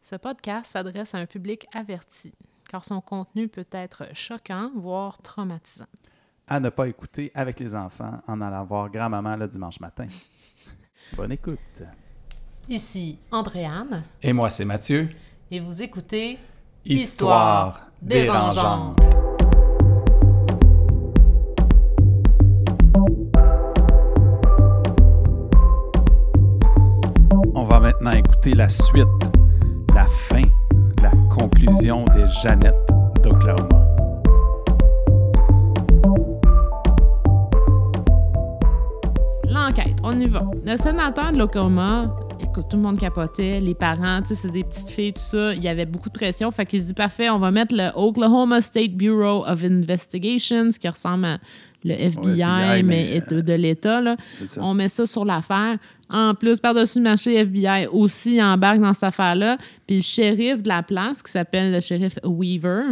Ce podcast s'adresse à un public averti, car son contenu peut être choquant, voire traumatisant. À ne pas écouter avec les enfants en allant voir grand-maman le dimanche matin. Bonne écoute. Ici Andréane. Et moi, c'est Mathieu. Et vous écoutez Histoire dérangeante. On va maintenant écouter la suite, la fin, la conclusion des Jeannettes d'Oklahoma. L'enquête, on y va. Le sénateur de l'Oklahoma, écoute, tout le monde capotait, les parents, tu sais, c'est des petites filles, tout ça, il y avait beaucoup de pression, fait qu'il se dit, parfait, on va mettre le Oklahoma State Bureau of Investigations, qui ressemble à le FBI, mais de l'État, là. On met ça sur l'affaire. En plus, par-dessus le marché, FBI aussi embarque dans cette affaire-là. Puis le shérif de la place, qui s'appelle le shérif Weaver,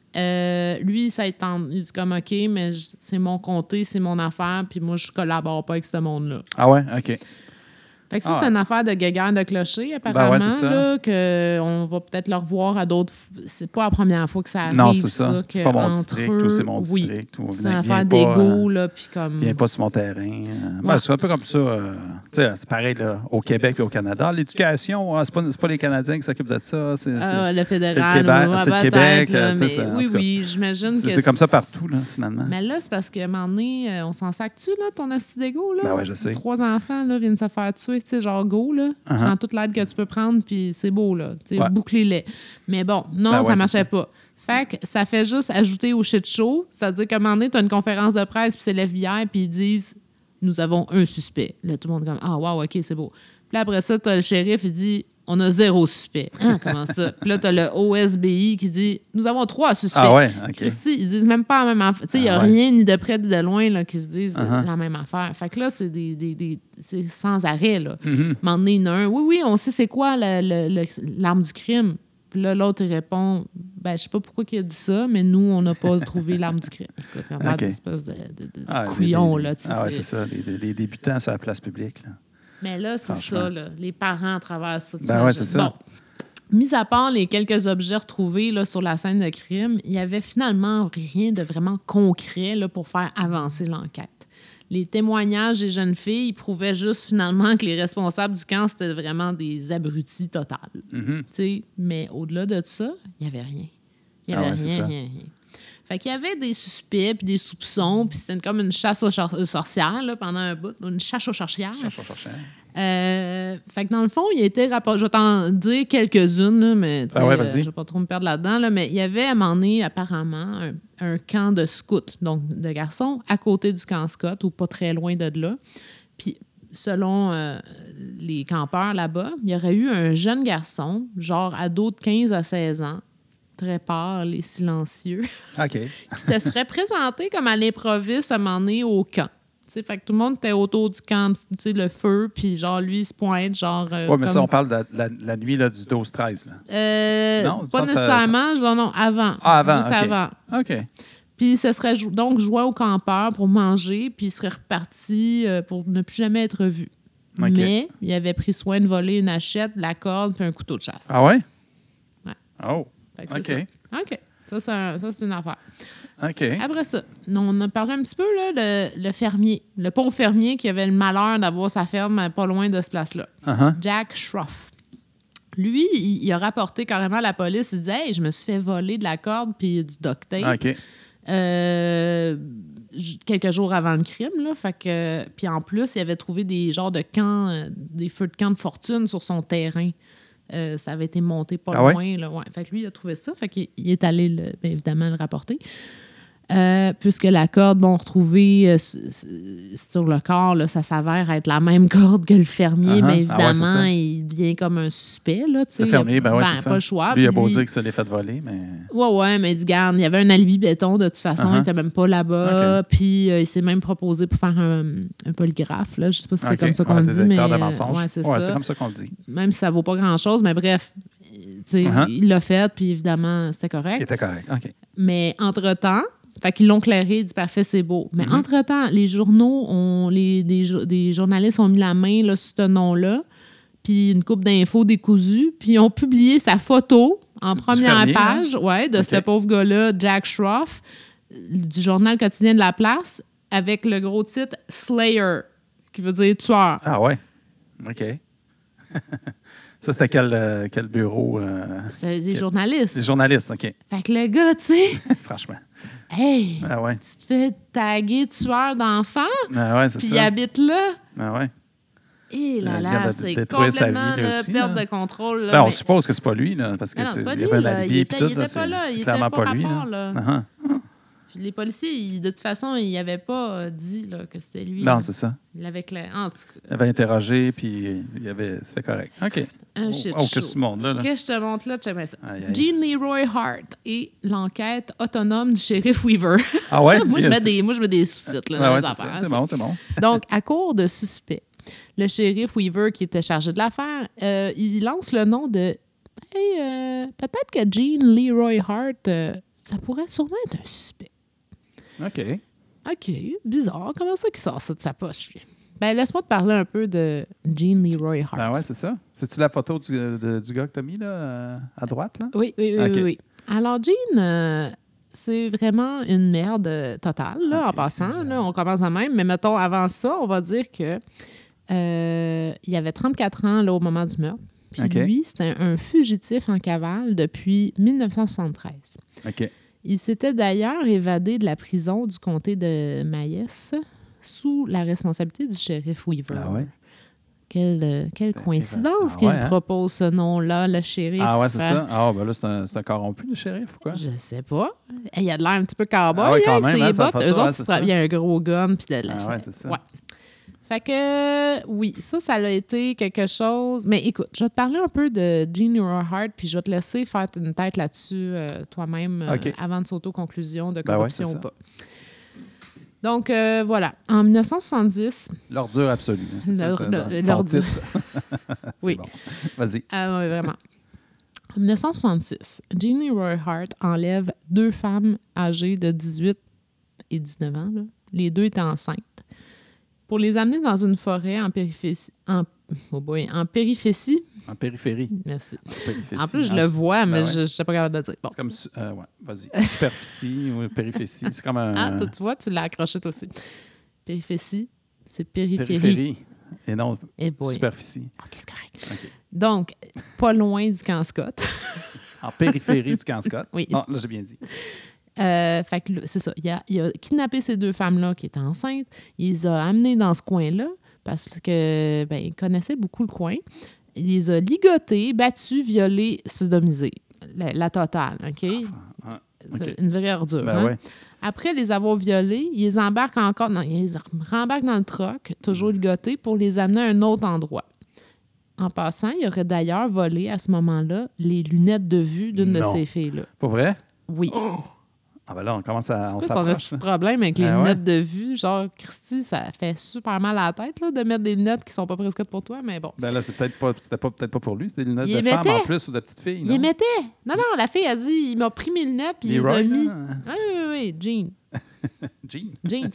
lui, ça étend. Il dit comme, OK, mais c'est mon comté, c'est mon affaire, puis moi, je collabore pas avec ce monde-là. Ah ouais? OK. Fait que ça, c'est une affaire de guéguerre de clocher, apparemment, là, qu'on va peut-être le revoir à d'autres... C'est pas la première fois que ça arrive, non, c'est ça. Que c'est pas mon entre district, eux, ou c'est mon oui, district. Ou c'est une affaire d'égo, là, puis comme... Viens pas sur mon terrain. Ben, c'est un peu comme ça. Tu sais, c'est pareil là, au Québec et au Canada. L'éducation, c'est pas les Canadiens qui s'occupent de ça. C'est le fédéral. C'est le Québec. Là, mais, ça, oui, j'imagine que... C'est comme ça partout, là, finalement. Mais là, c'est parce qu'à un moment donné, on s'en sac-tu, là, ton asti d'égo, là? Ben ouais, je sais. 3 enfants, là, viennent se faire tuer, tu sais, genre go, là. Prends toute l'aide que tu peux prendre, puis c'est beau, là. Tu sais, bouclez-les. Mais bon, non, ça marchait pas. Fait que ça fait juste ajouter au shit show. C'est-à-dire qu'à un moment donné, tu as une conférence de presse, puis c'est l'FBI, puis ils disent « Nous avons un suspect ». Là, tout le monde est comme « Ah, wow, OK, c'est beau ». Puis là, après ça, tu as le shérif, il dit « On a 0 suspect ». Ah, comment ça? Puis là, tu as le OSBI qui dit « Nous avons 3 suspects ». Ah ouais, OK. Christy, ils disent même pas la même affaire. Tu sais, il n'y a rien ni de près ni de loin là, qui se disent la même affaire. Fait que là, c'est c'est sans arrêt, là. À un moment donné, il y en a un « Oui, on sait c'est quoi l'arme du crime ». Puis là, l'autre, il répond « Ben, je sais pas pourquoi il a dit ça, mais nous, on n'a pas trouvé l'arme du crime. » Écoute, il y a une espèce de couillon, là. Ah ouais, c'est ça, les débutants sur la place publique, là. Mais là, c'est ça, là. Les parents à travers ça. Ben ouais, c'est ça. Bon. Mis à part les quelques objets retrouvés là, sur la scène de crime, il n'y avait finalement rien de vraiment concret là, pour faire avancer l'enquête. Les témoignages des jeunes filles prouvaient juste finalement que les responsables du camp, c'était vraiment des abrutis totales. Mais au-delà de ça, il n'y avait rien. Il n'y avait rien. Fait qu'il y avait des suspects puis des soupçons, puis c'était comme une chasse aux sorcières là, pendant un bout, une chasse aux sorcières. Fait que dans le fond, il a été rapporté. Je vais t'en dire quelques-unes, là, mais je ne vais pas trop me perdre là-dedans. Là, mais il y avait à un moment donné, apparemment, un camp de scouts, donc de garçons, à côté du camp scout, ou pas très loin de là. Puis selon les campeurs là-bas, il y aurait eu un jeune garçon, genre ado de 15 à 16 ans, très pâle et silencieux, qui se serait présenté comme à l'improviste à un moment donné au camp. T'sais, fait que tout le monde était autour du camp, le feu, puis genre, lui, il se pointe, genre... Oui, mais ça, on parle de la nuit là, du 12-13. Non, pas nécessairement, non, avant. Ah, avant, juste avant. OK. Puis il se serait donc joint au campeur pour manger, puis il serait reparti pour ne plus jamais être vu. Okay. Mais il avait pris soin de voler une hachette, la corde, puis un couteau de chasse. Ah ouais? Ouais. Oh, OK. Ça. OK. Ça, c'est une affaire. OK. Après ça, on a parlé un petit peu, là, le fermier, le pauvre fermier qui avait le malheur d'avoir sa ferme pas loin de ce place-là. Jack Shroff. Lui, il a rapporté carrément à la police. Il disait « Hey, je me suis fait voler de la corde puis du duct tape. OK. Quelques jours avant le crime, là. Fait que, puis en plus, il avait trouvé des genres de camps, des feux de camp de fortune sur son terrain. Ça avait été monté pas loin. Là, ouais. Fait que lui, il a trouvé ça. Fait qu'il est allé, bien évidemment, le rapporter. Puisque la corde, retrouvée sur le corps, là, ça s'avère être la même corde que le fermier, mais évidemment, il devient comme un suspect. Là, le fermier, c'est ça. Pas le choix. Lui, il a beau dire que ça l'est fait voler, mais... Ouais, mais il dit, garde, il y avait un alibi béton, de toute façon, il n'était même pas là-bas, puis il s'est même proposé pour faire un polygraphe, là. Je ne sais pas si c'est comme ça qu'on le dit, mais... de mensonges. C'est comme ça qu'on le dit. Même si ça ne vaut pas grand-chose, mais bref, il l'a fait, puis évidemment, c'était correct. Il était correct, OK. Mais entre-temps, fait qu'ils l'ont clairé, il dit parfait, c'est beau. Mais entre-temps, les journaux, des journalistes ont mis la main là, sur ce nom-là. puis une couple d'infos décousues, puis ils ont publié sa photo en première page de ce pauvre gars-là, Jack Shroff, du journal quotidien de la place, avec le gros titre « Slayer », qui veut dire « tueur ». Ah ouais? OK. Ça, c'était quel bureau? C'est des journalistes. Des journalistes, OK. Fait que le gars, tu sais... Franchement. Hey! Ah ouais. Tu te fais taguer tueur d'enfants, ah ouais, c'est puis ça. il habite là. Ah ouais. Et là, c'est complètement perte de contrôle. Là, ben, on suppose que c'est pas lui, là, parce que c'est pas il lui, y avait un alibi il et tout. était pas là, il était pas lui. Rapport, là. Uh-huh. Puis les policiers, de toute façon, ils n'avaient pas dit là, que c'était lui. Non, c'est ça. Il l'avait en tout cas. Il avait interrogé, puis c'était correct. OK. Un shit que ce monde-là. Qu'est-ce que je te montre là? Check ça. Aïe, aïe. Gene Leroy Hart et l'enquête autonome du shérif Weaver. Ah ouais? moi, je mets des sous-titres. Là, c'est bon, c'est bon. Donc, à court de suspect, le shérif Weaver, qui était chargé de l'affaire, il lance le nom de hey, peut-être que Gene Leroy Hart, ça pourrait sûrement être un suspect. OK, bizarre. Comment ça qu'il sort ça de sa poche, lui? Ben, laisse-moi te parler un peu de Gene Leroy Hart. Ben ouais, c'est ça. C'est-tu la photo du gars que tu as mis là, à droite? Là? Oui. Alors, Gene, c'est vraiment une merde totale, là, en passant. Là, on commence à même. Mais mettons, avant ça, on va dire que il avait 34 ans là, au moment du meurtre. Puis lui, c'était un fugitif en cavale depuis 1973. OK. Il s'était d'ailleurs évadé de la prison du comté de Mayes sous la responsabilité du shérif Weaver. Ah ouais? Quelle coïncidence qu'il propose ce nom-là, le shérif. Ah ouais, c'est ça? Ah ben là, c'est un corrompu, le shérif, ou quoi? Je sais pas. Il a de l'air un petit peu cowboy. Ah ouais, quand même, ses bottes, eux autres, il y a un gros gun. Puis de la ouais, c'est ça. Ouais. Fait que, oui, ça a été quelque chose. Mais écoute, je vais te parler un peu de Gene Leroy Hart, puis je vais te laisser faire une tête là-dessus toi-même avant de sauter aux conclusions de corruption ou pas. Donc, voilà. En 1970... L'ordure absolue. L'ordure. Oui. Bon. Vas-y. Ah oui, vraiment. En 1966, Gene Leroy Hart enlève 2 femmes âgées de 18 et 19 ans. Là. Les 2 étaient enceintes. Pour les amener dans une forêt en périphérie. En périphérie. En périphérie. Merci. Périphérie. En plus, je le vois, mais je ne sais pas capable de le dire. Bon. C'est comme... vas-y. Superficie ou périphérie. C'est comme un... Ah, tu vois, tu l'as accroché toi aussi. Périphérie, c'est périphérie. Périphérie. Et non superficie. OK, c'est correct. Okay. Donc, pas loin du camp Scott. En périphérie du camp Scott? Oui. Non, là, j'ai bien dit. Fait que c'est ça. Il a kidnappé ces 2 femmes-là qui étaient enceintes. Il les a amenées dans ce coin-là parce que il connaissait beaucoup le coin. Il les a ligotées, battues, violées, sodomisées. La totale, OK? C'est une vraie ordure. Ouais. Après les avoir violées, ils les embarquent encore. Non, ils les rembarquent dans le truck, toujours ligotés, pour les amener à un autre endroit. En passant, il aurait d'ailleurs volé à ce moment-là les lunettes de vue d'une de ces filles-là. Pas vrai? Oui. Oh! Ah ben là, on commence à... C'est quoi ton problème avec les lunettes de vue? Genre, Christy, ça fait super mal à la tête là, de mettre des lunettes qui sont pas prescrites pour toi, mais bon. Ben là, c'était peut-être pas pour lui. C'était des lunettes de femme en plus ou de petite fille, non? Il les mettait. Non, la fille a dit, il m'a pris mes lunettes puis il les a mis. Oui, Gene. Jeans.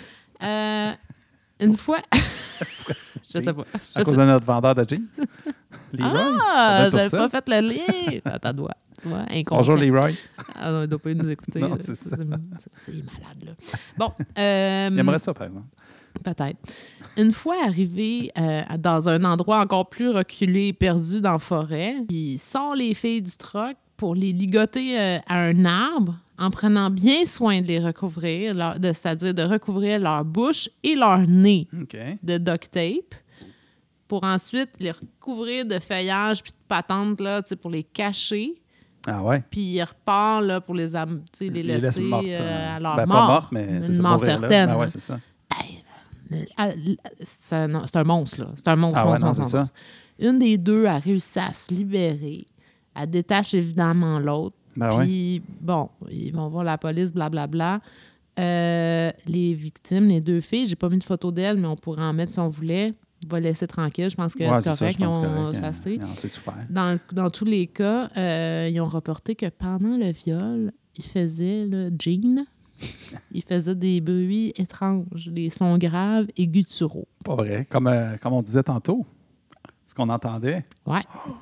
Une fois... Je sais pas. À cause de notre vendeur de jeans? Leroy? J'avais pas fait le lien. Attends, tu vois, inconscient. Bonjour, Leroy. Ah non, il doit pas nous écouter. Non, c'est ça. C'est malade, là. Bon. Il aimerait ça, par exemple. Peut-être. Une fois arrivé dans un endroit encore plus reculé et perdu dans la forêt, il sort les filles du truck pour les ligoter à un arbre en prenant bien soin de les recouvrir, c'est-à-dire de recouvrir leur bouche et leur nez de duct tape, pour ensuite les recouvrir de feuillage puis de patentes là, pour les cacher. Ah ouais? Puis il repart là, pour les laisser mortes, à leur mort. Pas morte, mais une mort certaine. Ah ouais, c'est ça. C'est un monstre, là. C'est un monstre, monstre. Une des 2 a réussi à se libérer. Elle détache évidemment l'autre. Puis, bon, ils vont voir la police, blablabla. Les victimes, les 2 filles, j'ai pas mis de photo d'elles, mais on pourrait en mettre si on voulait. On va laisser tranquille. Je pense que c'est correct. Ils ont souffert. Dans tous les cas, ils ont rapporté que pendant le viol, il faisait, Gene, il faisait des bruits étranges, des sons graves et gutturaux. Pas vrai. Comme on disait tantôt. qu'on entendait. Ouais.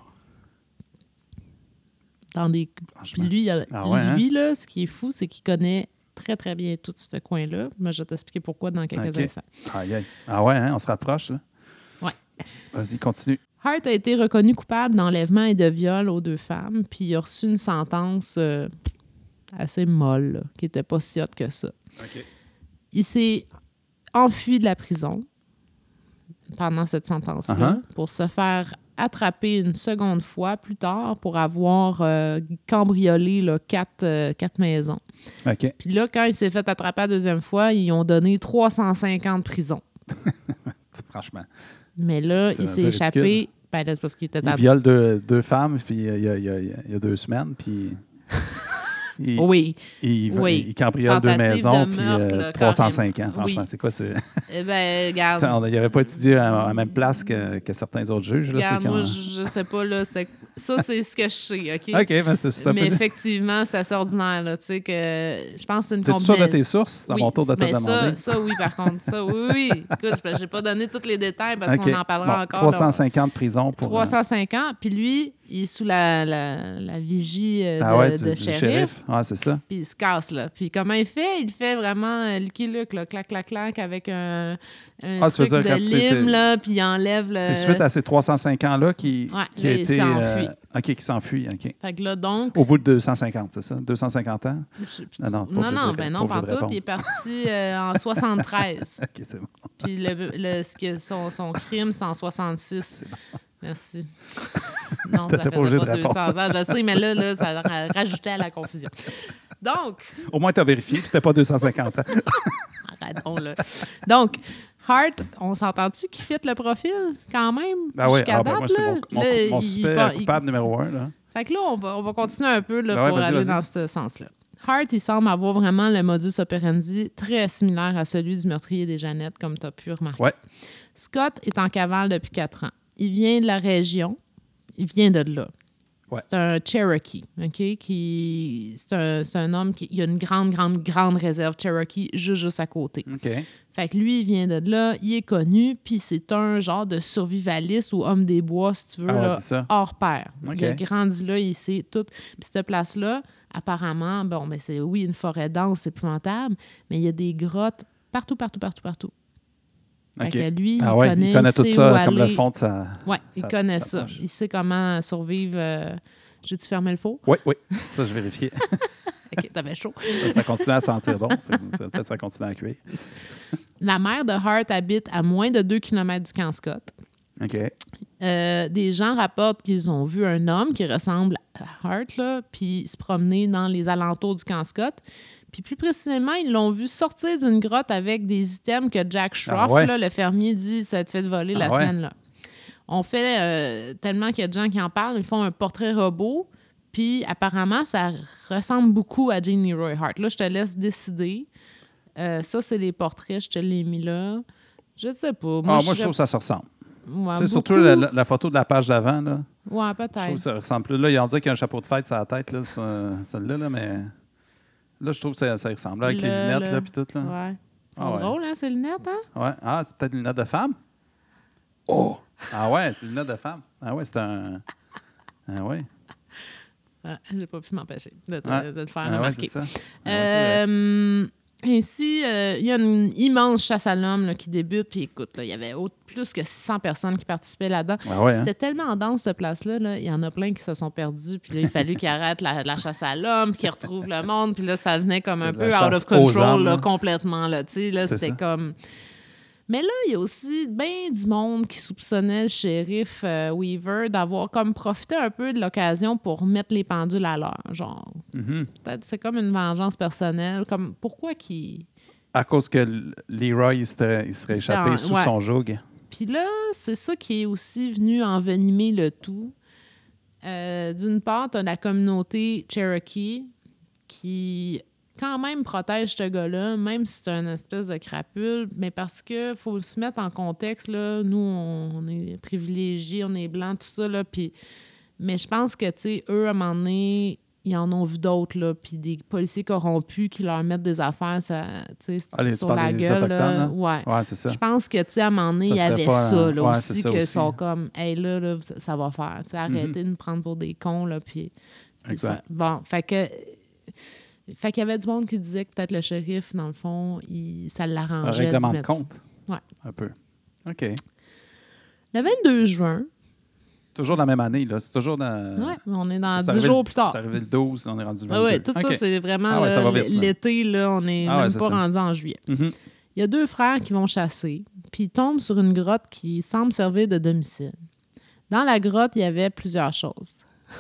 Puis lui, hein? là, ce qui est fou, c'est qu'il connaît très, très bien tout ce coin-là. Moi, je vais t'expliquer pourquoi dans quelques instants. Ah ouais, hein? On se rapproche, là? Ouais. Vas-y, continue. Hart a été reconnu coupable d'enlèvement et de viol aux 2 femmes, puis il a reçu une sentence assez molle, là, qui n'était pas si haute que ça. OK. Il s'est enfui de la prison pendant cette sentence-là pour se faire attrapé une seconde fois plus tard pour avoir cambriolé là, 4 maisons. OK. Puis là, quand il s'est fait attraper la deuxième fois, ils ont donné 350 prisons. Franchement. Mais là, il s'est échappé. Ben là, c'est parce qu'il était il viole 2 femmes, puis il y a 2 semaines, puis... Il cambriole 2 maisons, puis 305 ans. Franchement, c'est quoi? Eh bien, regarde. Il n'avait pas étudié à la même place que certains autres juges. Là, regarde, moi, je sais pas. Là, ça, c'est ce que je sais, OK? OK, ben c'est mais effectivement, c'est assez ordinaire. Là, tu sais, que je pense que c'est une combinaison. T'es sûr de tes sources? À mon tour de te demander. Ça, oui, par contre. Ça, oui. Écoute, je n'ai pas donné tous les détails parce qu'on en parlera encore. 350 prisons pour... 350. Puis lui, il est sous la vigie de shérif. Ah, c'est ça. Puis il se casse, là. Puis comment il fait? Il fait vraiment Lucky Luke, là, clac, clac, clac, avec un truc de lime, là, puis il enlève le... C'est suite à ces 305 ans-là qui a été... s'enfuit. OK, qui s'enfuit, OK. Fait que là, donc... Au bout de 250, c'est ça? 250 ans? Non, pas en tout. Il est parti en 73. OK, c'est bon. Puis son crime, c'est en 66. C'est bon. Merci. Non, ça faisait pas 200 ans. Je sais, mais là, ça rajoutait à la confusion. Donc... Au moins, tu as vérifié, puis c'était pas 250 ans. Arrêtons, là. Donc, Hart, on s'entend-tu qu'il fit le profil, quand même? Ben oui, jusqu'à date, moi, c'est mon suspect coupable numéro 1. Là. Fait que là, on va continuer un peu là, pour aller dans ce sens-là. Hart, il semble avoir vraiment le modus operandi très similaire à celui du meurtrier des Jeannettes, comme tu as pu remarquer. Ouais. Scott est en cavale depuis 4 ans. Il vient de la région. Il vient de là. Ouais. C'est un Cherokee, OK? C'est un homme qui a une grande réserve Cherokee juste à côté. OK. Fait que lui, il vient de là, il est connu, puis c'est un genre de survivaliste ou homme des bois, si tu veux, là, hors pair. Okay. Il a grandi là, il sait tout. Puis cette place-là, apparemment, c'est une forêt dense, c'est épouvantable, mais il y a des grottes partout. Fait que lui, il connaît tout ça comme le fond de sa... Oui, il connaît ça. Poche. Il sait comment survivre. J'ai-tu fermé le four? Oui. Ça, je vérifiais. OK, t'avais chaud. Ça continue à sentir bon. Peut-être que ça continue à cuire. La mère de Hart habite à moins de 2 km du camp Scott. OK. Des gens rapportent qu'ils ont vu un homme qui ressemble à Hart, là, puis se promener dans les alentours du camp Scott. Puis plus précisément, ils l'ont vu sortir d'une grotte avec des items que Jack Schroff, là, le fermier, dit ça a été fait voler la semaine-là. On fait, tellement qu'il y a de gens qui en parlent, ils font un portrait robot, puis apparemment, ça ressemble beaucoup à Jeannie Roy Hart. Là, je te laisse décider. Ça, c'est les portraits, je te l'ai mis là. Je ne sais pas. Moi, je trouve que ça se ressemble. Ouais, surtout la photo de la page d'avant. Là. Ouais, peut-être. Je trouve que ça ressemble plus. Là, ils ont dit qu'il y a un chapeau de fête sur la tête, là, celle-là, là, mais... Là, je trouve que ça ressemble, là, avec les lunettes, là, puis tout, là. Ouais. C'est drôle, hein, ces lunettes, hein? Ouais. Ah, c'est peut-être une lunette de femme? Oh! Ah ouais, c'est une lunette de femme. Ah ouais, c'est un... Ah ouais. J'ai pas pu m'empêcher de te faire remarquer. Ouais, c'est ça. Ainsi, il y a une immense chasse à l'homme là, qui débute. Puis écoute, il y avait plus que 600 personnes qui participaient là-dedans. C'était tellement dense, cette place-là. Il y en a plein qui se sont perdus. Puis là, il fallu qu'ils arrêtent la chasse à l'homme, qu'ils retrouvent le monde. Puis là, ça venait comme un peu out of control, là, complètement. Là, c'était comme... Mais là, il y a aussi bien du monde qui soupçonnait le shérif Weaver d'avoir comme profité un peu de l'occasion pour mettre les pendules à l'heure, genre. Mm-hmm. Peut-être c'est comme une vengeance personnelle. Comme pourquoi qu'il... À cause que Leroy, il serait échappé sous son joug. Puis là, c'est ça qui est aussi venu envenimer le tout. D'une part, tu as la communauté Cherokee qui... quand même protège ce gars-là, même si c'est une espèce de crapule, mais parce que faut se mettre en contexte, là, nous, on est privilégiés, on est blancs, tout ça, là, puis... Mais je pense que, tu sais, eux, à un moment donné, ils en ont vu d'autres, là, puis des policiers corrompus qui leur mettent des affaires sur la gueule. Là. Ouais, c'est ça. Je pense que, tu sais, à un moment donné, il y avait ça, là, aussi, que sont comme, hey, là ça va faire. Tu sais, arrêtez de nous prendre pour des cons, là, puis... Exact. Bon, fait qu'il y avait du monde qui disait que peut-être le shérif, dans le fond, ça l'arrangeait. Un règlement de compte. Ouais. Un peu. OK. Le 22 juin... Toujours dans la même année, là. C'est toujours dans... Oui, on est dans 10 jours plus tard. C'est arrivé le 12, on est rendu le 22. Oui, tout ça, c'est vraiment l'été, là. On n'est même pas rendu en juillet. Mm-hmm. Il y a 2 frères qui vont chasser, puis ils tombent sur une grotte qui semble servir de domicile. Dans la grotte, il y avait plusieurs choses.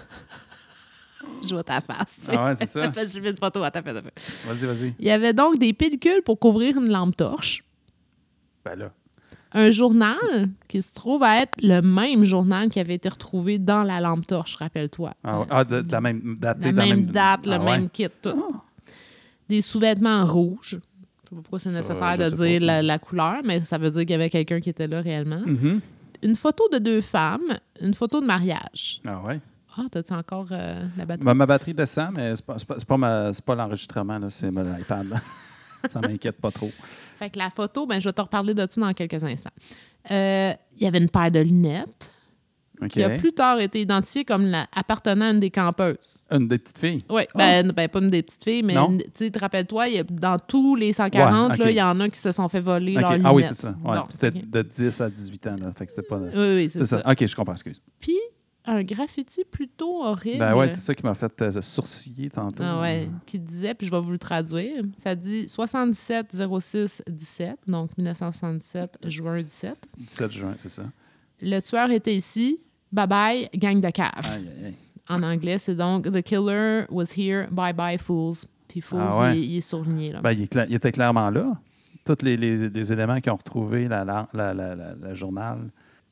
Je vois ta face. Ah ouais, c'est ça. J'ai mis une photo. Attends. Vas-y. Il y avait donc des pellicules pour couvrir une lampe torche. Ben là. Un journal qui se trouve à être le même journal qui avait été retrouvé dans la lampe torche, rappelle-toi. De la même date. La même date, le même kit, tout. Des sous-vêtements rouges. Je ne sais pas pourquoi c'est nécessaire de dire la couleur, mais ça veut dire qu'il y avait quelqu'un qui était là réellement. Mm-hmm. Une photo de 2 femmes, une photo de mariage. Ah ouais? Ah, t'as-tu encore la batterie? Ma batterie descend, mais c'est pas l'enregistrement, là, c'est mon iPad. Ça m'inquiète pas trop. Fait que la photo, je vais te reparler de ça dans quelques instants. Il y avait une paire de lunettes qui a plus tard été identifiée comme appartenant à une des campeuses. Une des petites filles? Oui, pas une des petites filles, mais tu te rappelles-toi, dans tous les 140, il y en a qui se sont fait voler leurs lunettes. Ah oui, c'est ça. Ouais. Donc, c'était de 10 à 18 ans. Là. Fait que c'était pas... Oui, c'est ça. OK, je comprends, excuse. Puis, un graffiti plutôt horrible. Ben ouais, c'est ça qui m'a fait sourciller tantôt. Ah ouais, qui disait, puis je vais vous le traduire, ça dit 77 06 17, donc 1977, juin 17. 17 juin, c'est ça. Le tueur était ici, bye bye, gang de cave. Aïe. En anglais, c'est donc The killer was here, bye bye, fools. Puis fools, il est surligné. Là. Ben, il était clairement là. Tous les éléments qui ont retrouvé le journal.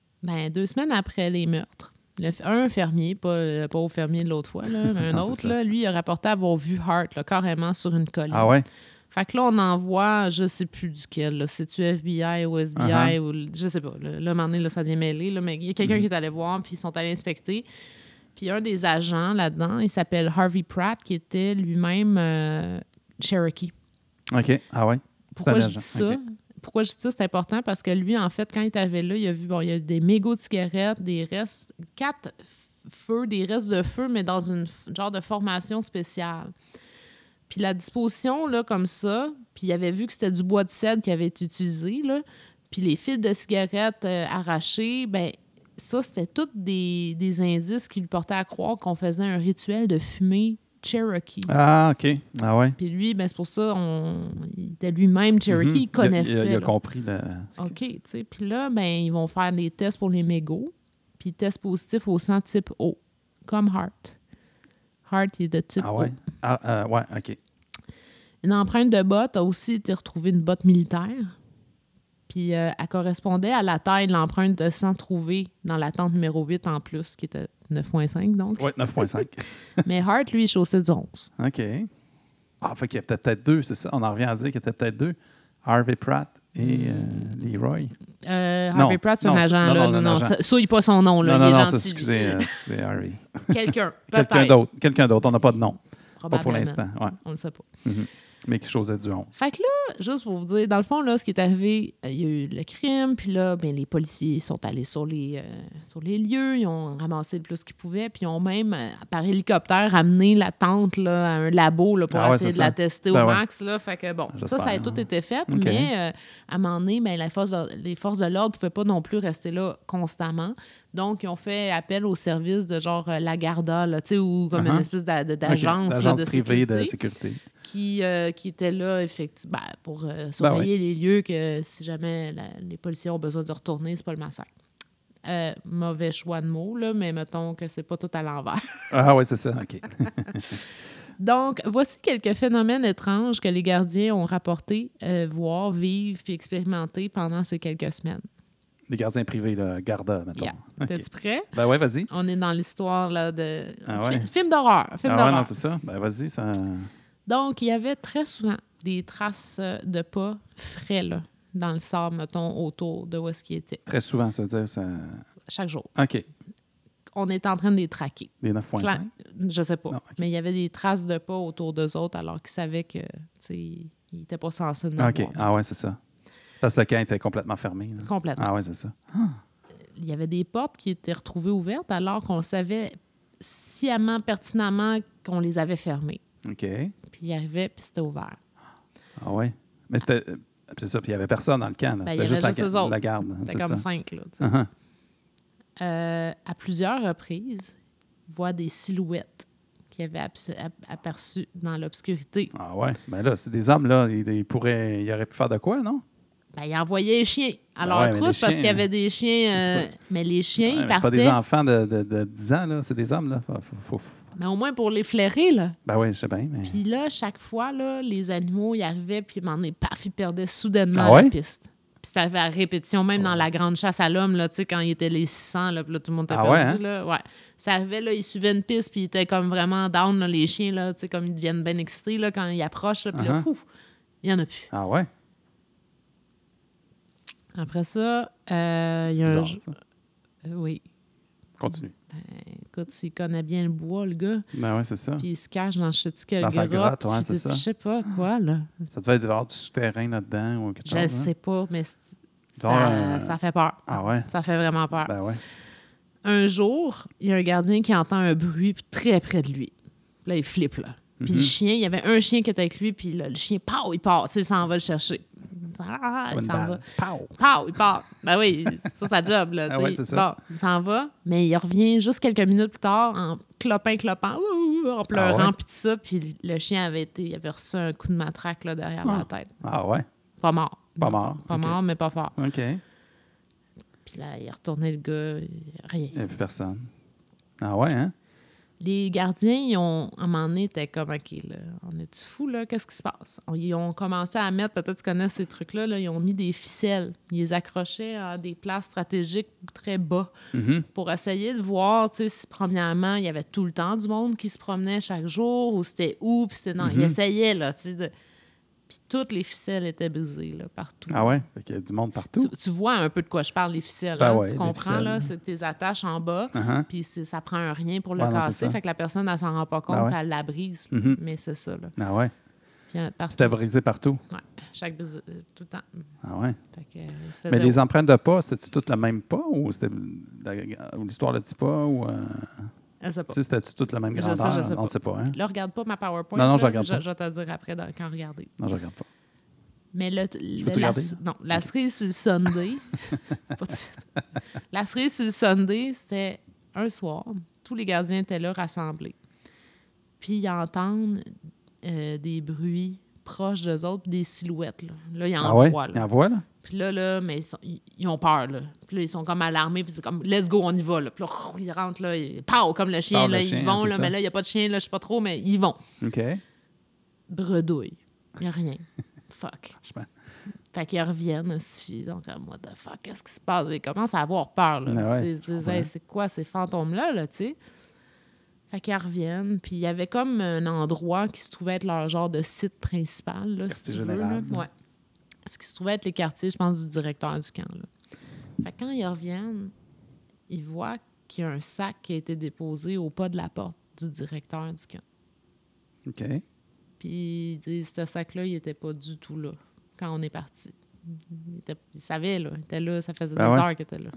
2 semaines après les meurtres. Un fermier, pas au fermier de l'autre fois, là, mais un autre, là, lui, il a rapporté avoir vu Hart là, carrément sur une colline. Ah ouais? Fait que là, on en voit, je sais plus duquel, là, c'est-tu FBI ou SBI, ou je sais pas. Là, à un moment donné, là, ça devient mêlé, là, mais il y a quelqu'un qui est allé voir, puis ils sont allés inspecter. Puis un des agents là-dedans, il s'appelle Harvey Pratt, qui était lui-même Cherokee. OK. Ah ouais? Pourquoi je dis ça? Okay. Pourquoi je dis ça? C'est important parce que lui, en fait, quand il était là, il a vu, il y a des mégots de cigarettes, des restes, 4 feux, des restes de feu, mais dans une genre de formation spéciale. Puis la disposition, là, comme ça, puis il avait vu que c'était du bois de cèdre qui avait été utilisé, là, puis les fils de cigarettes arrachés, ça, c'était tous des indices qui lui portaient à croire qu'on faisait un rituel de fumée Cherokee. Ah, OK. Ah ouais. Puis lui, c'est pour ça, il était lui-même Cherokee, il connaissait. Il a compris. OK, tu sais. Puis là, ils vont faire des tests pour les mégots, puis test positif au sang type O, comme Hart. Hart, il est de type O. Ouais, OK. Une empreinte de botte a aussi été retrouvée, une botte militaire. Puis elle correspondait à la taille de l'empreinte de sang trouvée dans la tente numéro 8 en plus, qui était 9,5 donc. Oui, 9,5. Mais Hart, lui, il chaussait du 11. OK. Ah, fait qu'il y a peut-être 2, c'est ça? On en revient à dire qu'il y a peut-être 2. Harvey Pratt et Leroy. Harvey Pratt, c'est un agent, là. Non, ça, il n'est pas son nom, là. Il est gentil. Excusez, Harvey. Quelqu'un d'autre. On n'a pas de nom. Pas pour l'instant. Ouais. On le sait pas. Mm-hmm. Mais qui chaussait du 11. Fait que là, juste pour vous dire, dans le fond, là, ce qui est arrivé, il y a eu le crime, puis là, les policiers sont allés sur les lieux, ils ont ramassé le plus qu'ils pouvaient, puis ils ont même, par hélicoptère, amené la tente là, à un labo là, pour essayer de la tester au max. Là. Fait que bon, ça a tout été fait, mais à un moment donné, les forces de l'ordre ne pouvaient pas non plus rester là constamment. Donc, ils ont fait appel au service de genre la Garda, là, ou comme une espèce d'agence de privée de sécurité. Qui était là, effectivement, pour surveiller les lieux que si jamais les policiers ont besoin de retourner, c'est pas le massacre. Mauvais choix de mots, là, mais mettons que c'est pas tout à l'envers. Ah oui, c'est ça, OK. Donc, voici quelques phénomènes étranges que les gardiens ont rapportés, voir, vivre puis expérimenter pendant ces quelques semaines. Les gardiens privés, là, Garda, mettons. Yeah. Okay. T'es-tu prêt? Ben oui, vas-y. On est dans l'histoire là, de film d'horreur. Ouais, non, c'est ça. Ben vas-y, ça... Donc, il y avait très souvent des traces de pas frais là, dans le sable, mettons, autour de où est-ce qu'il était. Très souvent, ça veut dire ça... Chaque jour. OK. on était en train de les traquer. Des 9.5? Je sais pas. Non, okay. Mais il y avait des traces de pas autour d'eux autres alors qu'ils savaient que, ils n'étaient pas censés nous OK. voir. Ah ouais, c'est ça. Parce que le camp était complètement fermé. Là. Complètement. Ah ouais, c'est ça. Il y avait des portes qui étaient retrouvées ouvertes alors qu'on savait sciemment, pertinemment qu'on les avait fermées. OK. Puis il arrivait, puis c'était ouvert. Ah ouais. Mais c'était... C'est ça, puis il n'y avait personne dans le camp. Là. Ben, c'était juste la garde. C'était comme 5, là. À plusieurs reprises, il voit des silhouettes qui avaient aperçues dans l'obscurité. Ah ouais. Ben là, c'est des hommes, là. Ils auraient pu faire de quoi, non? Ben, il envoyait les chiens. Alors, trousse, parce qu'il y avait des chiens... mais les chiens, ils partaient... C'est pas des enfants de 10 ans, là. C'est des hommes, là. Faut... Mais au moins pour les flairer, là. Ben oui, je sais bien, mais... Puis là, chaque fois, là, les animaux, ils arrivaient, puis paf, ils perdaient soudainement la piste. Puis c'était à répétition, même dans la grande chasse à l'homme, là, tu sais, quand il était les 600, là, puis là, tout le monde était perdu, là. Ouais. Ça arrivait, là, ils suivaient une piste, puis ils étaient comme vraiment down, là, les chiens, là, tu sais, comme ils deviennent bien excités, là, quand ils approchent, là, puis là, pouf, il y en a plus. Ah ouais? Après ça, il y a bizarre, oui. Continue. Ben, écoute, s'il connaît bien le bois, le gars. Ben ouais, c'est ça. Puis il se cache dans je sais-tu quelle dans sa grotte, ouais, c'est ça. Je sais pas quoi, là. Ça devait être avoir du souterrain là-dedans ou quelque chose. Je sais pas, mais ça fait peur. Ah ouais? Ça fait vraiment peur. Ben ouais. Un jour, il y a un gardien qui entend un bruit très près de lui. Là, il flippe, là. Puis le chien, il y avait un chien qui était avec lui, puis là, le chien, pow, il part. Tu sais, il s'en va le chercher. Il s'en va. Pow, il part. Ben oui, c'est sa job, là. Ah ouais, c'est ça. Bon, il s'en va, mais il revient juste quelques minutes plus tard en clopant, en pleurant, puis tout ça. Puis le chien il avait reçu un coup de matraque là, derrière la tête. Ah ouais? Pas mort. Pas mort. Pas mort, mais pas fort. OK. Puis là, il retournait le gars, rien. Il n'y a plus personne. Ah ouais, hein? Les gardiens, à un moment donné, étaient comme, OK, là, on est-tu fous, là? Qu'est-ce qui se passe? Ils ont commencé à mettre, peut-être tu connais ces trucs-là, là, ils ont mis des ficelles. Ils les accrochaient à des places stratégiques très bas pour essayer de voir, tu sais, si premièrement, il y avait tout le temps du monde qui se promenait chaque jour ou c'était où, puis c'est non. Ils essayaient, là, tu sais, puis toutes les ficelles étaient brisées, là, partout. Ah ouais? Fait qu'il y a du monde partout. Tu vois un peu de quoi je parle, les ficelles. Ben hein? ouais, tu comprends, là? C'est que tu les attaches en bas, puis ça prend un rien pour le casser. Fait que la personne, elle s'en rend pas compte, puis elle la brise. Mais c'est ça, là. Ah ouais? Puis, c'était brisé partout? Oui, chaque brise, tout le temps. Ah ouais? Fait que, mais les empreintes de pas, c'était-tu toutes le même pas ou c'était l'histoire de petit pas ou... Je sais pas. C'était-tu toute la même grandeur? Je sais pas. On ne sait pas, hein? Là, regarde pas ma PowerPoint. Non, je regarde pas. Je vais te le dire après quand regarder. Non, je regarde pas. Mais la cerise sur le Sunday, pas tout de suite. La cerise sur le Sunday, c'était un soir. Tous les gardiens étaient là, rassemblés. Puis ils entendent des bruits proches d'eux autres, des silhouettes. Là ils en voient. Ils en voient, là? Puis là, mais ils ont peur, là. Puis là, ils sont comme alarmés, puis c'est comme, let's go, on y va, là. Puis là, ils rentrent, là, pow, comme le chien, là, ils vont, là, mais là, il n'y a pas de chien, là, je sais pas trop, mais ils vont. OK. Bredouille. Il n'y a rien. Fuck. Fait qu'ils reviennent, donc, what the fuck, qu'est-ce qui se passe? Ils commencent à avoir peur, là. Ils disent, hey, c'est quoi ces fantômes-là, là, tu sais? Fait qu'ils reviennent, puis il y avait comme un endroit qui se trouvait être leur genre de site principal, là, si tu veux. Là. Ouais. Ce qui se trouvait être les quartiers, je pense, du directeur du camp, là. Fait que quand ils reviennent, ils voient qu'il y a un sac qui a été déposé au pas de la porte du directeur du camp. OK. Puis ils disent, ce sac-là, il n'était pas du tout là quand on est parti. Il savait, là. Il était là, ça faisait des heures qu'il était là.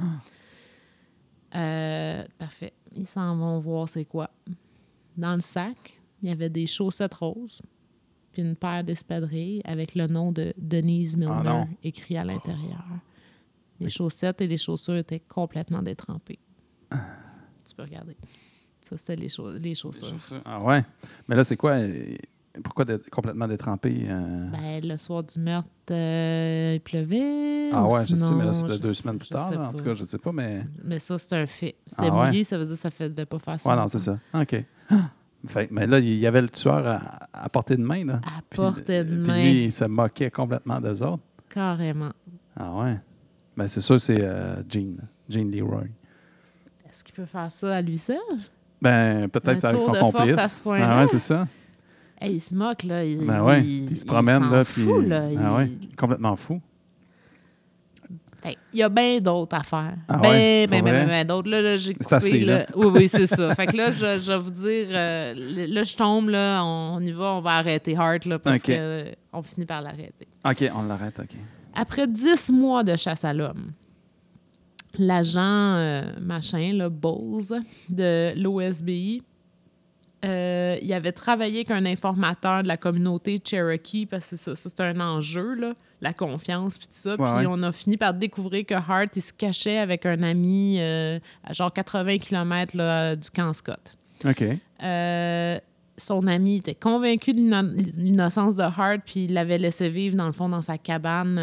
Parfait. Ils s'en vont voir c'est quoi. Dans le sac, il y avait des chaussettes roses puis une paire d'espadrilles avec le nom de Denise Milner écrit à l'intérieur. Les chaussettes et les chaussures étaient complètement détrempées. Tu peux regarder. Ça, c'était les chaussures. Ah ouais? Mais là, c'est quoi? Pourquoi complètement détrempé? Ben, le soir du meurtre, il pleuvait. Ah ouais, sinon, je sais, mais là, c'était 2 semaines plus tard. Là, en tout cas, je sais pas, mais... Mais ça, c'est un fait. C'était mouillé, ça veut dire que ça ne devait pas faire ça. Ouais, non, c'est ça. OK. Fait, mais là, il y avait le tueur à portée de main, là. À portée de main. Puis lui, il se moquait complètement d'eux autres. Carrément. Ah ouais? Ben, c'est sûr, c'est Gene Leroy. Est-ce qu'il peut faire ça à lui seul? Ben, peut-être avec son complice. Force à ce point-là. Ah ouais, c'est ça. Hey, il se moque, là. Il se promène, là. Puis... Fou, là. Ah ouais, complètement fou. Il y a bien d'autres affaires. Ah bien d'autres. Là, j'ai coupé. C'est assez, là. Oui, c'est ça. Fait que là, je vais vous dire, là, je tombe, là, on y va, on va arrêter Hart, là, parce qu'on finit par l'arrêter. OK, on l'arrête, OK. Après 10 mois de chasse à l'homme, l'agent Bowles de l'OSBI, il avait travaillé avec un informateur de la communauté Cherokee, parce que c'est un enjeu, là, la confiance, puis tout ça. Puis on a fini par découvrir que Hart, il se cachait avec un ami à genre 80 km là, du camp Scott. OK. Son ami était convaincu de l'innocence de Hart, puis il l'avait laissé vivre, dans le fond, dans sa cabane,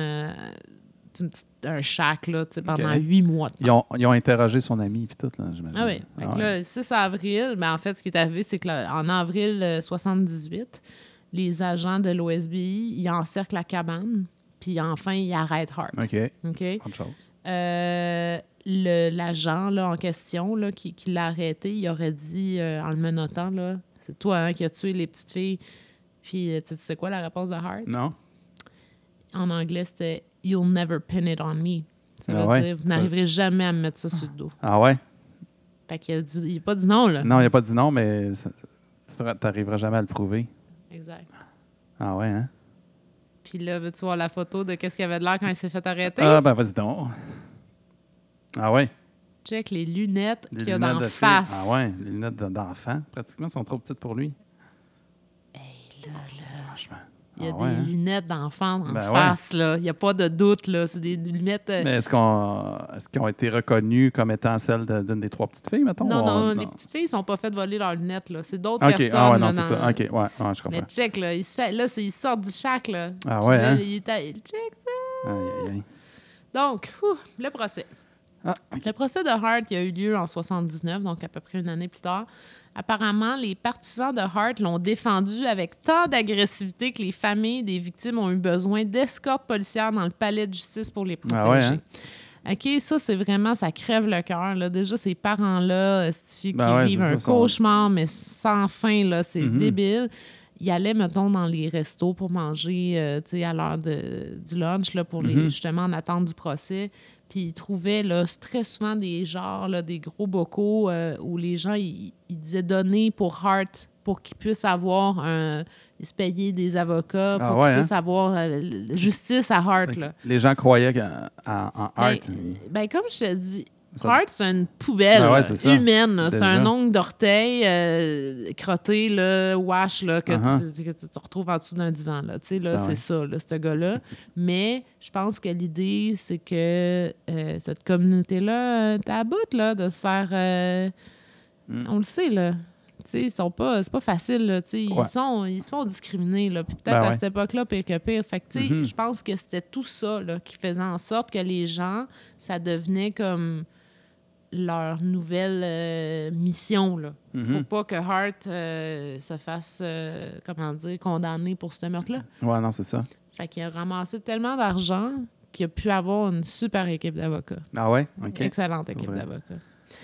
un shack, là, pendant 8 mois. Ils ont interrogé son ami, puis tout, là, j'imagine. Ah oui. Fait que là, 6 avril, en fait, ce qui est arrivé, c'est qu'en avril 78, les agents de l'OSBI, ils encerclent la cabane, puis enfin, ils arrêtent Hart. OK. Bonne chose. L'agent là, en question là, qui l'a arrêté, il aurait dit, en le menottant, là, c'est toi qui as tué les petites filles. Puis, tu sais quoi la réponse de Hart? Non. En anglais, c'était « You'll never pin it on me ». Ça veut dire « Vous n'arriverez jamais à me mettre ça sur le dos ». Ah ouais? Fait qu'il n'a pas dit non, là. Non, il n'a pas dit non, mais tu n'arriveras jamais à le prouver. Exact. Ah ouais, hein? Puis là, veux-tu voir la photo de qu'est-ce qu'il avait de l'air quand il s'est fait arrêter? Ah, ben vas-y donc. Ah ouais? Check les lunettes qu'il y a d'en face. Ah ouais, les lunettes d'enfant, pratiquement, sont trop petites pour lui. Hey, là. Franchement. Il y a des lunettes d'enfant en Ben face, là. Il n'y a pas de doute, là. C'est des lunettes... Mais est-ce qu'ils ont été reconnus comme étant celles d'une des 3 petites filles, mettons? Non, les petites filles ne sont pas faites voler leurs lunettes, là. C'est d'autres personnes. Ah ouais, non, là, c'est ça. OK, ouais, je comprends. Mais check, là, il sort du shack, là. Ah ouais, là, hein? Check ça! Aïe. Donc, le procès. Le procès de Hart qui a eu lieu en 79, donc à peu près une année plus tard. Apparemment, les partisans de Hart l'ont défendu avec tant d'agressivité que les familles des victimes ont eu besoin d'escortes policières dans le palais de justice pour les protéger. Ah ouais, hein? OK, ça, c'est vraiment, ça crève le cœur. Là. Déjà, ces parents-là, qui vivent un cauchemar, mais sans fin, là, c'est débile. Ils allaient, mettons, dans les restos pour manger, à l'heure du lunch, là, pour justement en attente du procès. Puis ils trouvaient là, très souvent des genres, là, des gros bocaux où les gens ils disaient donner pour Hart pour qu'ils puissent avoir se payer des avocats, pour qu'ils puissent avoir justice à Hart. Là. Les gens croyaient en Hart. Comme je te dis, Hart, c'est une poubelle humaine. C'est un ongle d'orteil crotté, là, wash, là, que tu retrouves en dessous d'un divan. Là. C'est ça, là, ce gars-là. Mais je pense que l'idée, c'est que cette communauté-là, t'es à bout là, de se faire... On le sait, là. C'est pas facile. Là, ils se font discriminer. Là. Puis peut-être à cette époque-là, pire que pire. Fait que, je pense que c'était tout ça là, qui faisait en sorte que les gens, ça devenait comme leur nouvelle mission. Là. Faut pas que Hart se fasse, condamner pour ce meurtre-là. Ouais, non, c'est ça. Fait qu'il a ramassé tellement d'argent qu'il a pu avoir une super équipe d'avocats. Ah ouais? OK. Une excellente équipe d'avocats.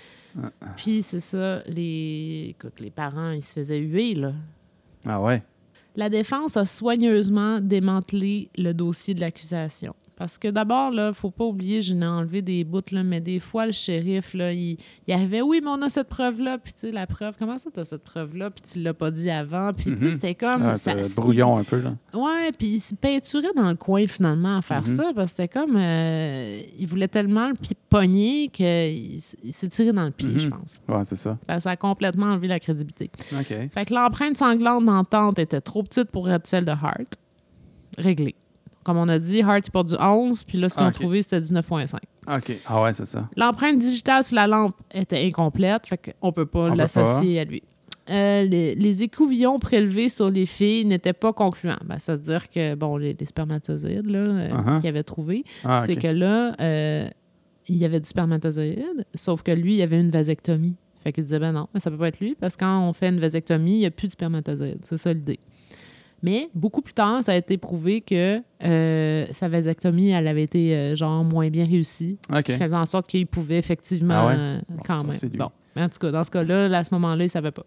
Puis c'est ça, les parents, ils se faisaient huer, là. Ah ouais? La défense a soigneusement démantelé le dossier de l'accusation. Parce que d'abord, il ne faut pas oublier, je n'ai enlevé des bouts, là, mais des fois, le shérif, là, il arrivait, oui, mais on a cette preuve-là, puis tu sais, la preuve, comment ça, tu as cette preuve-là, puis tu ne l'as pas dit avant, puis tu sais, c'était comme... brouillon un peu, là. Ouais, puis il se peinturait dans le coin, finalement, à faire ça, parce que c'était comme... il voulait tellement le pogner qu'il s'est tiré dans le pied, je pense. Ouais, c'est ça. Parce que ça a complètement enlevé la crédibilité. OK. Fait que l'empreinte sanglante d'entente était trop petite pour être celle de Hart. Réglée. Comme on a dit, Hart, il porte du 11, puis là, ce qu'on a trouvé, c'était du 9.5. OK. Ah ouais, c'est ça. L'empreinte digitale sur la lampe était incomplète, fait qu'on ne peut pas l'associer à lui. Les écouvillons prélevés sur les filles n'étaient pas concluants. C'est-à-dire que, bon, les spermatozoïdes là, qu'il avait trouvés, c'est que là, il y avait du spermatozoïde, sauf que lui, il avait une vasectomie. Fait qu'il disait, non, mais ça peut pas être lui, parce que quand on fait une vasectomie, il n'y a plus de spermatozoïdes. C'est ça l'idée. Mais beaucoup plus tard, ça a été prouvé que sa vasectomie, elle avait été moins bien réussie. Ce qui faisait en sorte qu'il pouvait effectivement quand même. Bon, en tout cas, dans ce cas-là, à ce moment-là, il ne savait pas.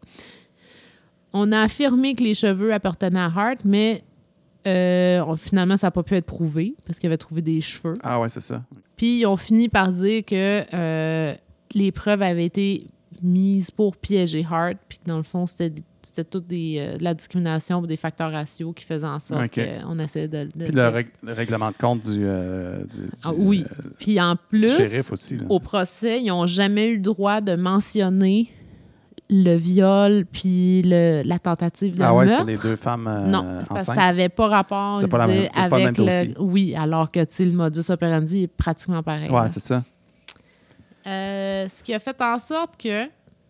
On a affirmé que les cheveux appartenaient à Hart, mais finalement, ça n'a pas pu être prouvé parce qu'il avait trouvé des cheveux. Ah ouais, c'est ça. Puis ils ont fini par dire que les preuves avaient été mises pour piéger Hart, puis que dans le fond, c'était tout de la discrimination ou des facteurs raciaux qui faisaient en sorte qu'on essayait de... Puis le règlement de compte du oui. Puis en plus, shérif aussi, au procès, ils n'ont jamais eu le droit de mentionner le viol puis la tentative de meurtre. Sur les deux femmes non, parce que ça n'avait pas rapport avec le... Oui, alors que le modus operandi est pratiquement pareil. Oui, c'est ça. Ce qui a fait en sorte que,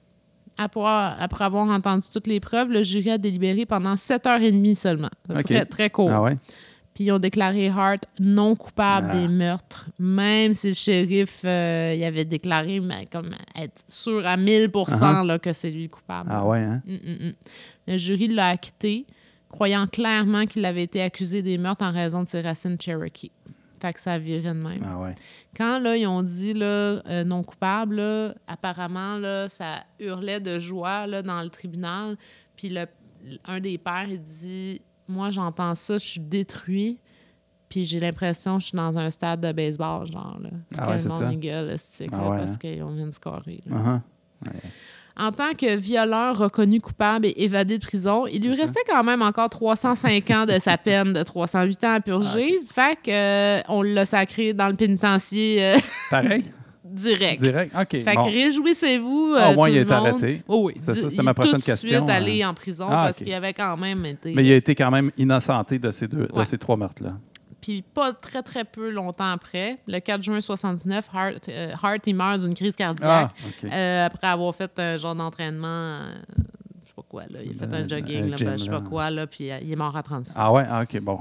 après avoir entendu toutes les preuves, le jury a délibéré pendant 7h30 seulement. Très, très court. Ah ouais. Puis ils ont déclaré Hart non coupable des meurtres, même si le shérif il avait déclaré comme être sûr à 1000% là, que c'est lui le coupable. Ah ouais, hein? Le jury l'a acquitté, croyant clairement qu'il avait été accusé des meurtres en raison de ses racines Cherokee. Fait que ça a viré de même. Ah ouais. Quand là, ils ont dit là, non coupable, là, apparemment, là, ça hurlait de joie là, dans le tribunal. Puis un des pères, il dit... Moi, j'entends ça, je suis détruit, puis j'ai l'impression que je suis dans un stade de baseball, genre, là. C'est ça. Gueule, parce qu'ils vient de scorer. En tant que violeur reconnu coupable et évadé de prison, il lui restait quand même encore 305 ans de sa peine de 308 ans à purger. Fait que on l'a sacré dans le pénitencier. Pareil? Direct. OK. Fait que réjouissez-vous. Au moins, tout il a le été monde. arrêté. Oh, oui. C'était ma prochaine question. Il est tout de suite allé en prison parce qu'il avait quand même été... Mais il a été quand même innocenté de ces trois meurtres-là. Puis pas très, très peu longtemps après, le 4 juin 1979, Hart il meurt d'une crise cardiaque après avoir fait un genre d'entraînement... je sais pas quoi, là. Il a fait un jogging, je sais pas quoi, là, puis il est mort à 36 ans. Ah ouais? OK, bon.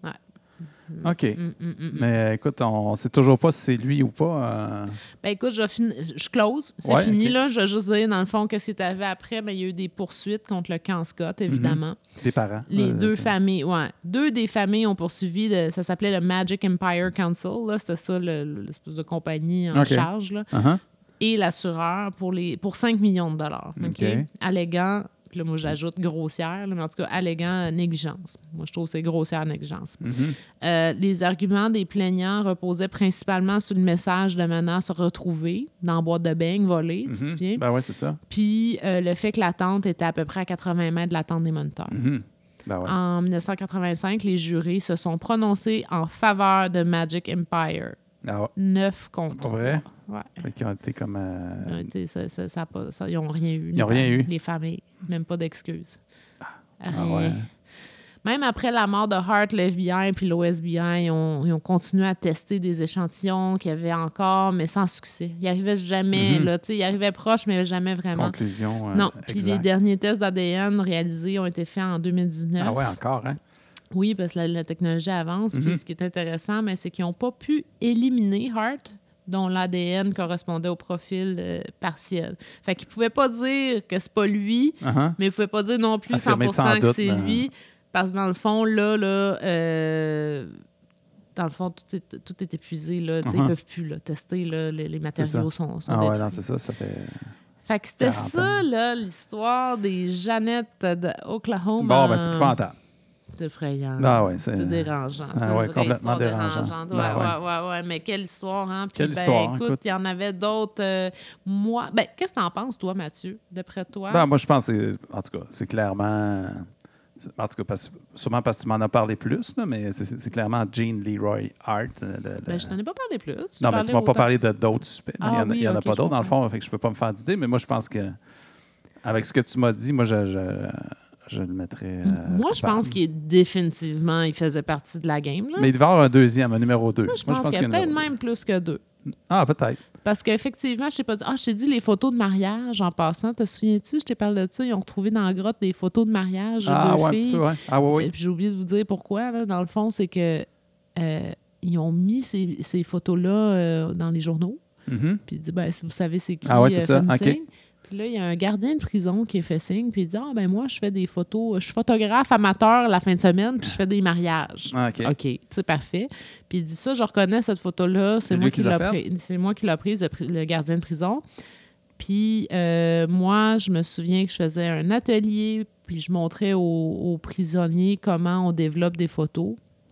OK. Mais écoute, on ne sait toujours pas si c'est lui ou pas. Ben écoute, je close. C'est fini, là. Je vais juste dire, dans le fond, qu'est-ce qui est arrivé après? Ben, il y a eu des poursuites contre le camp Scott, évidemment. Des parents. Les deux familles, deux des familles ont poursuivi, ça s'appelait le Magic Empire Council, là. C'était ça, l'espèce de compagnie en charge, là. Et l'assureur pour 5 millions de dollars, alléguant... Puis là, moi, j'ajoute grossière, mais en tout cas, alléguant négligence. Moi, je trouve que c'est grossière négligence. Les arguments des plaignants reposaient principalement sur le message de menace retrouvée dans la boîte de beignes volée, tu te souviens? Ben oui, c'est ça. Puis le fait que la tente était à peu près à 80 mètres de la tente des moniteurs. Ben ouais. En 1985, les jurés se sont prononcés en faveur de Magic Empire. 9 contre 3. Vrai? Ouais. Ils ont été comme... ils n'ont rien eu. Ils n'ont rien eu. Les familles. Même pas d'excuses. Rien. Même après la mort de Hart, le FBI et l'OSBI ils ont continué à tester des échantillons qu'il y avait encore, mais sans succès. Ils n'arrivaient jamais. Là, ils arrivaient proches, mais jamais vraiment. Conclusion. Non. Puis les derniers tests d'ADN réalisés ont été faits en 2019. Ah ouais, encore, hein? Oui, parce que la technologie avance. Puis ce qui est intéressant, c'est qu'ils n'ont pas pu éliminer Hart, dont l'ADN correspondait au profil partiel. Fait qu'ils ne pouvaient pas dire que c'est pas lui, mais ils ne pouvaient pas dire non plus 100% que c'est lui. Parce que dans le fond, tout est épuisé. Là, ils ne peuvent plus tester. Là, les matériaux sont détruits. Ouais, non, c'est ça. Ça fait que c'était ça, là, l'histoire des Jeannettes d'Oklahoma. Bon, c'est épouvantable. C'est effrayant. Ah ouais, c'est dérangeant. C'est une vraie complètement dérangeante. Ouais. Mais quelle histoire, hein? Puis, quelle histoire, écoute, il y en avait d'autres. Qu'est-ce que t'en penses, toi, Mathieu, d'après toi? Moi, je pense que c'est clairement... En tout cas, sûrement parce que tu m'en as parlé plus, là, mais c'est clairement Gene Leroy Hart. Je t'en ai pas parlé plus. Non, mais tu m'as pas parlé d'autres suspects. Il n'y en a pas d'autres, dans le fond, fait que je peux pas me faire d'idée, mais moi, je pense que avec ce que tu m'as dit, moi, je le mettrais. Moi, je pense qu'il définitivement, il faisait partie de la game. Là. Mais il devait y avoir un deuxième, un numéro 2. Moi, je pense qu'il y a peut-être même plus que 2. Ah, peut-être. Parce qu'effectivement, je t'ai pas dit. Je t'ai dit les photos de mariage en passant. Te souviens-tu? Je t'ai parlé de ça. Ils ont retrouvé dans la grotte des photos de mariage de deux filles. Un petit peu, Ah, oui. Et puis j'ai oublié de vous dire pourquoi. Là. Dans le fond, c'est que ils ont mis ces photos-là dans les journaux. Puis il dit, vous savez c'est qui c'est ça. OK. Puis là, il y a un gardien de prison qui a fait signe, puis il dit moi, je fais des photos, je suis photographe amateur la fin de semaine, puis je fais des mariages. OK, c'est parfait. Puis il dit ça, je reconnais cette photo-là, c'est moi qui l'ai prise, le gardien de prison. Puis moi, je me souviens que je faisais un atelier, puis je montrais aux prisonniers comment on développe des photos.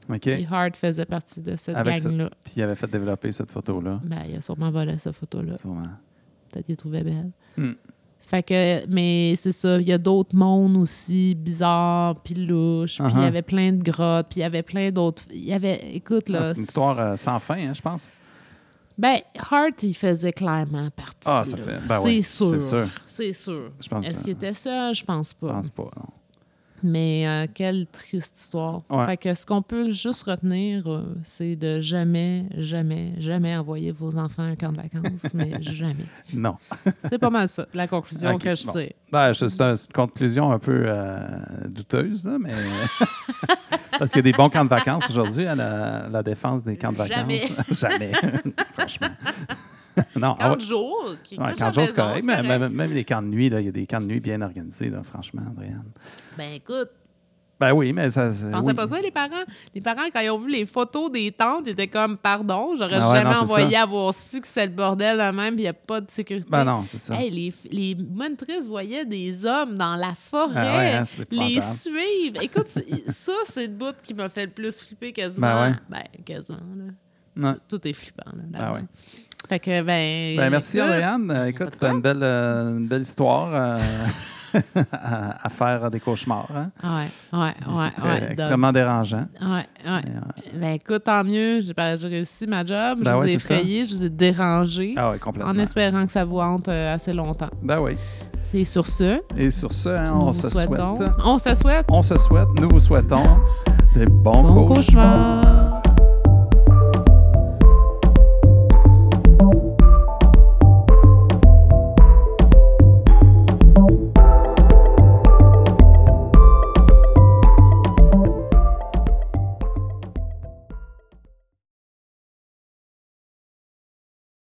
OK. Et Hart faisait partie de cette gang-là. Puis il avait fait développer cette photo-là. Ben, il a sûrement volé cette photo-là. Sûrement. Peut-être qu'il la trouvait belle. Fait que, mais c'est ça, il y a d'autres mondes aussi bizarres, puis louches, puis il y avait plein de grottes, puis il y avait plein d'autres... Il y avait, écoute, là... c'est une histoire sans fin, hein, je pense. Ben, Hart, il faisait clairement partie. Ah, ça fait... Ben c'est oui, sûr. C'est sûr. C'est sûr. Est-ce qu'il était seul? Je pense pas. Je pense pas, non. Mais quelle triste histoire. Ouais. Fait que ce qu'on peut juste retenir, c'est de jamais, jamais, jamais envoyer vos enfants à un camp de vacances, mais jamais. Non. C'est pas mal ça, la conclusion que je tire. Ben, c'est une conclusion un peu douteuse, là, mais... Parce qu'il y a des bons camps de vacances aujourd'hui à la défense des camps de vacances. Jamais. Jamais. Franchement. Non, camp de jour, camp de jour, c'est correct. Mais même les camps de nuit, il y a des camps de nuit bien organisés, là, franchement, Andréane. Ben écoute. Ben oui, mais ça... Pensez pas ça, les parents? Les parents, quand ils ont vu les photos des tentes, ils étaient comme, pardon, j'aurais jamais envoyé avoir su que c'était le bordel là même, puis il n'y a pas de sécurité. Ben non, c'est ça. Hey, les monitrices voyaient des hommes dans la forêt, les suivre. Écoute, ça, c'est le bout qui m'a fait le plus flipper quasiment. Ben quasiment, là. Tout est flippant, là. Ben ouais. Fait que, merci, Andréane. Écoute, c'était une belle histoire à faire des cauchemars. Hein? Ouais. Extrêmement dérangeant. Ouais. Ben, écoute, tant mieux. J'ai réussi ma job. Je vous ai effrayé, je vous ai dérangé. Ah oui, complètement. En espérant que ça vous hante assez longtemps. Ben oui. C'est sur ce. Et sur ce, hein, on se souhaite. On se souhaite. Nous vous souhaitons des bons cauchemars.